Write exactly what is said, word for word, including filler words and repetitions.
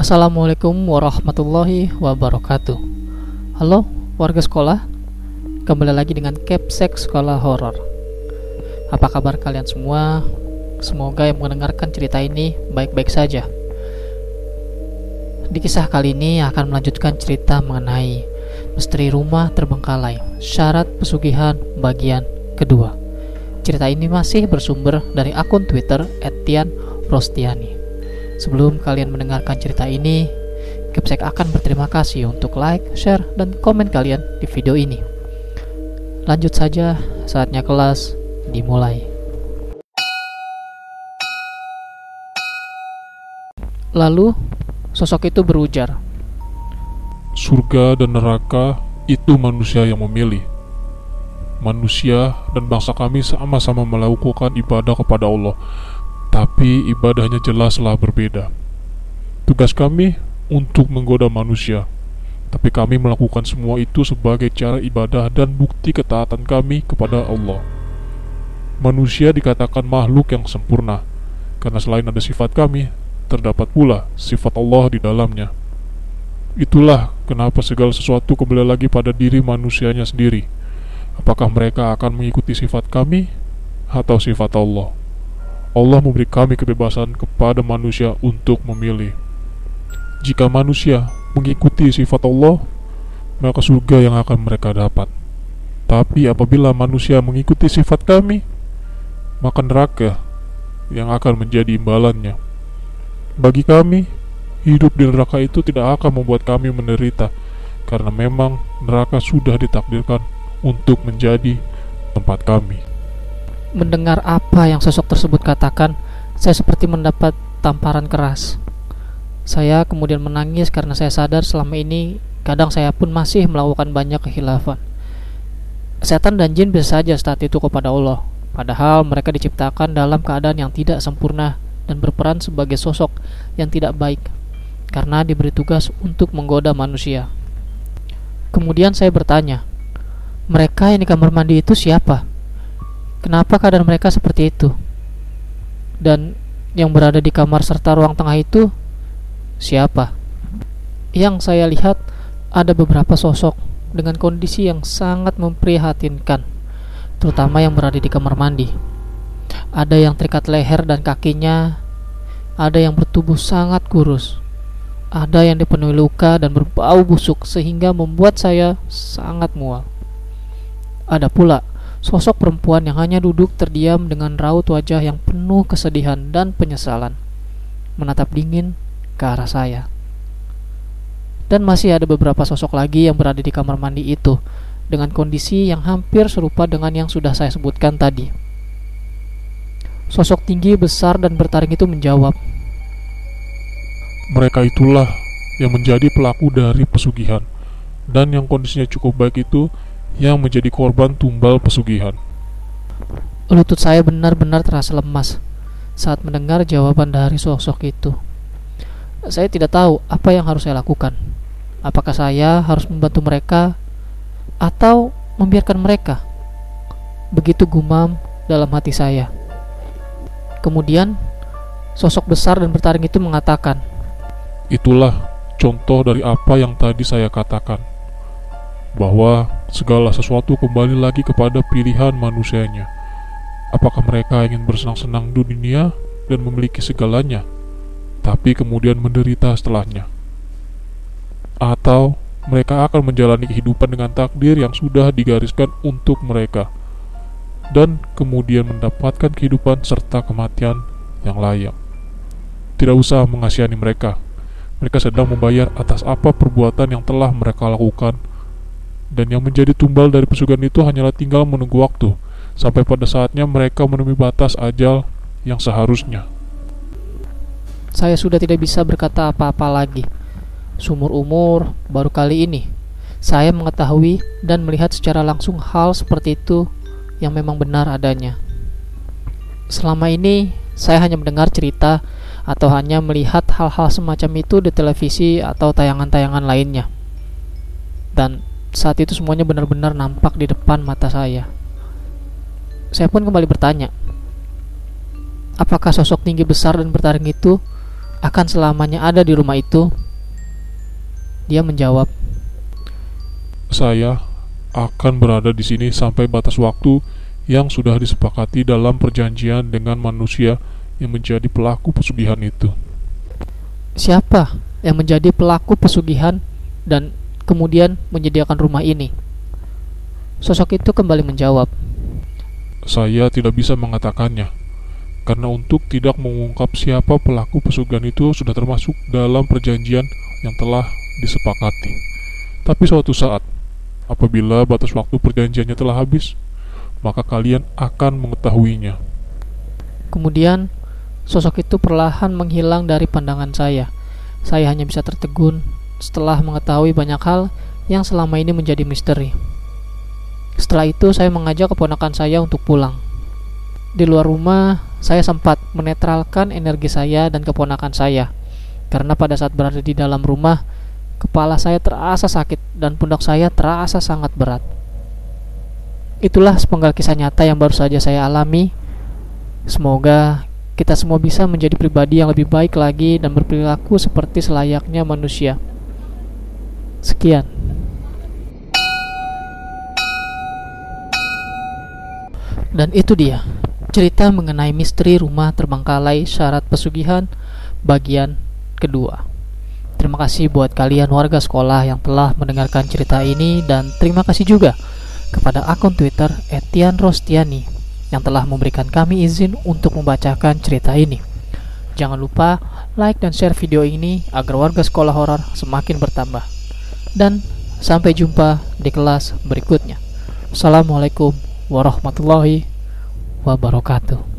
Assalamualaikum warahmatullahi wabarakatuh. Halo warga sekolah, kembali lagi dengan Capsek Sekolah Horor. Apa kabar kalian semua? Semoga yang mendengarkan cerita ini baik-baik saja. Di kisah kali ini akan melanjutkan cerita mengenai misteri rumah terbengkalai, syarat pesugihan bagian kedua. Cerita ini masih bersumber dari akun Twitter et tian rostiani. Sebelum kalian mendengarkan cerita ini, Capsek akan berterima kasih untuk like, share, dan komen kalian di video ini. Lanjut saja, saatnya kelas dimulai. Lalu, sosok itu berujar, "Surga dan neraka itu manusia yang memilih. Manusia dan bangsa kami sama-sama melakukan ibadah kepada Allah, tapi ibadahnya jelaslah berbeda. Tugas kami untuk menggoda manusia, tapi kami melakukan semua itu sebagai cara ibadah dan bukti ketaatan kami kepada Allah. Manusia dikatakan makhluk yang sempurna, karena selain ada sifat kami, terdapat pula sifat Allah di dalamnya. Itulah kenapa segala sesuatu kembali lagi pada diri manusianya sendiri. Apakah mereka akan mengikuti sifat kami atau sifat Allah? Allah memberi kami kebebasan kepada manusia untuk memilih. Jika manusia mengikuti sifat Allah, maka surga yang akan mereka dapat. Tapi apabila manusia mengikuti sifat kami, maka neraka yang akan menjadi imbalannya. Bagi kami, hidup di neraka itu tidak akan membuat kami menderita, karena memang neraka sudah ditakdirkan untuk menjadi tempat kami." Mendengar apa yang sosok tersebut katakan, saya seperti mendapat tamparan keras. Saya kemudian menangis karena saya sadar selama ini kadang saya pun masih melakukan banyak kekhilafan. Setan dan jin bisa saja saat itu kepada Allah, padahal mereka diciptakan dalam keadaan yang tidak sempurna dan berperan sebagai sosok yang tidak baik karena diberi tugas untuk menggoda manusia. Kemudian saya bertanya, mereka yang di kamar mandi itu siapa? Kenapa keadaan mereka seperti itu? Dan yang berada di kamar serta ruang tengah itu siapa? Yang saya lihat ada beberapa sosok dengan kondisi yang sangat memprihatinkan, terutama yang berada di kamar mandi. Ada yang terikat leher dan kakinya, ada yang bertubuh sangat kurus, ada yang dipenuhi luka dan berbau busuk sehingga membuat saya sangat mual. Ada pula sosok perempuan yang hanya duduk terdiam dengan raut wajah yang penuh kesedihan dan penyesalan, menatap dingin ke arah saya. Dan masih ada beberapa sosok lagi yang berada di kamar mandi itu dengan kondisi yang hampir serupa dengan yang sudah saya sebutkan tadi. Sosok tinggi, besar, dan bertaring itu menjawab, "Mereka itulah yang menjadi pelaku dari pesugihan, dan yang kondisinya cukup baik itu yang menjadi korban tumbal pesugihan." Lutut saya benar-benar terasa lemas saat mendengar jawaban dari sosok itu. Saya tidak tahu apa yang harus saya lakukan. Apakah saya harus membantu mereka atau membiarkan mereka? Begitu gumam dalam hati saya. Kemudian sosok besar dan bertaring itu mengatakan, "Itulah contoh dari apa yang tadi saya katakan, bahwa segala sesuatu kembali lagi kepada pilihan manusianya. Apakah mereka ingin bersenang-senang di dunia dan memiliki segalanya, tapi kemudian menderita setelahnya? Atau mereka akan menjalani kehidupan dengan takdir yang sudah digariskan untuk mereka, dan kemudian mendapatkan kehidupan serta kematian yang layak? Tidak usah mengasihani mereka. Mereka sedang membayar atas apa perbuatan yang telah mereka lakukan, dan yang menjadi tumbal dari pesugihan itu hanyalah tinggal menunggu waktu sampai pada saatnya mereka menemui batas ajal yang seharusnya." Saya sudah tidak bisa berkata apa-apa lagi. Seumur umur, baru kali ini saya mengetahui dan melihat secara langsung hal seperti itu yang memang benar adanya. Selama ini saya hanya mendengar cerita atau hanya melihat hal-hal semacam itu di televisi atau tayangan-tayangan lainnya. Dan saat itu semuanya benar-benar nampak di depan mata saya. Saya pun kembali bertanya, apakah sosok tinggi besar dan bertaring itu akan selamanya ada di rumah itu? Dia menjawab, Saya akan berada di sini sampai batas waktu yang sudah disepakati dalam perjanjian dengan manusia yang menjadi pelaku pesugihan itu. Siapa yang menjadi pelaku pesugihan dan kemudian menyediakan rumah ini? Sosok itu kembali menjawab, Saya tidak bisa mengatakannya, karena untuk tidak mengungkap siapa pelaku pesugihan itu sudah termasuk dalam perjanjian yang telah disepakati. Tapi suatu saat, apabila batas waktu perjanjiannya telah habis, maka kalian akan mengetahuinya. Kemudian sosok itu perlahan menghilang dari pandangan saya. Saya hanya bisa tertegun setelah mengetahui banyak hal yang selama ini menjadi misteri. Setelah itu saya mengajak keponakan saya untuk pulang. Di luar rumah, saya sempat menetralkan energi saya dan keponakan saya, karena pada saat berada di dalam rumah, kepala saya terasa sakit dan pundak saya terasa sangat berat. Itulah sepenggal kisah nyata yang baru saja saya alami. Semoga kita semua bisa menjadi pribadi yang lebih baik lagi dan berperilaku seperti selayaknya manusia. Sekian. Dan itu dia cerita mengenai misteri rumah terbengkalai syarat pesugihan bagian kedua. Terima kasih buat kalian warga sekolah yang telah mendengarkan cerita ini, dan terima kasih juga kepada akun Twitter et tian rostiani yang telah memberikan kami izin untuk membacakan cerita ini. Jangan lupa like dan share video ini agar warga sekolah horor semakin bertambah. Dan sampai jumpa di kelas berikutnya. Assalamualaikum warahmatullahi wabarakatuh.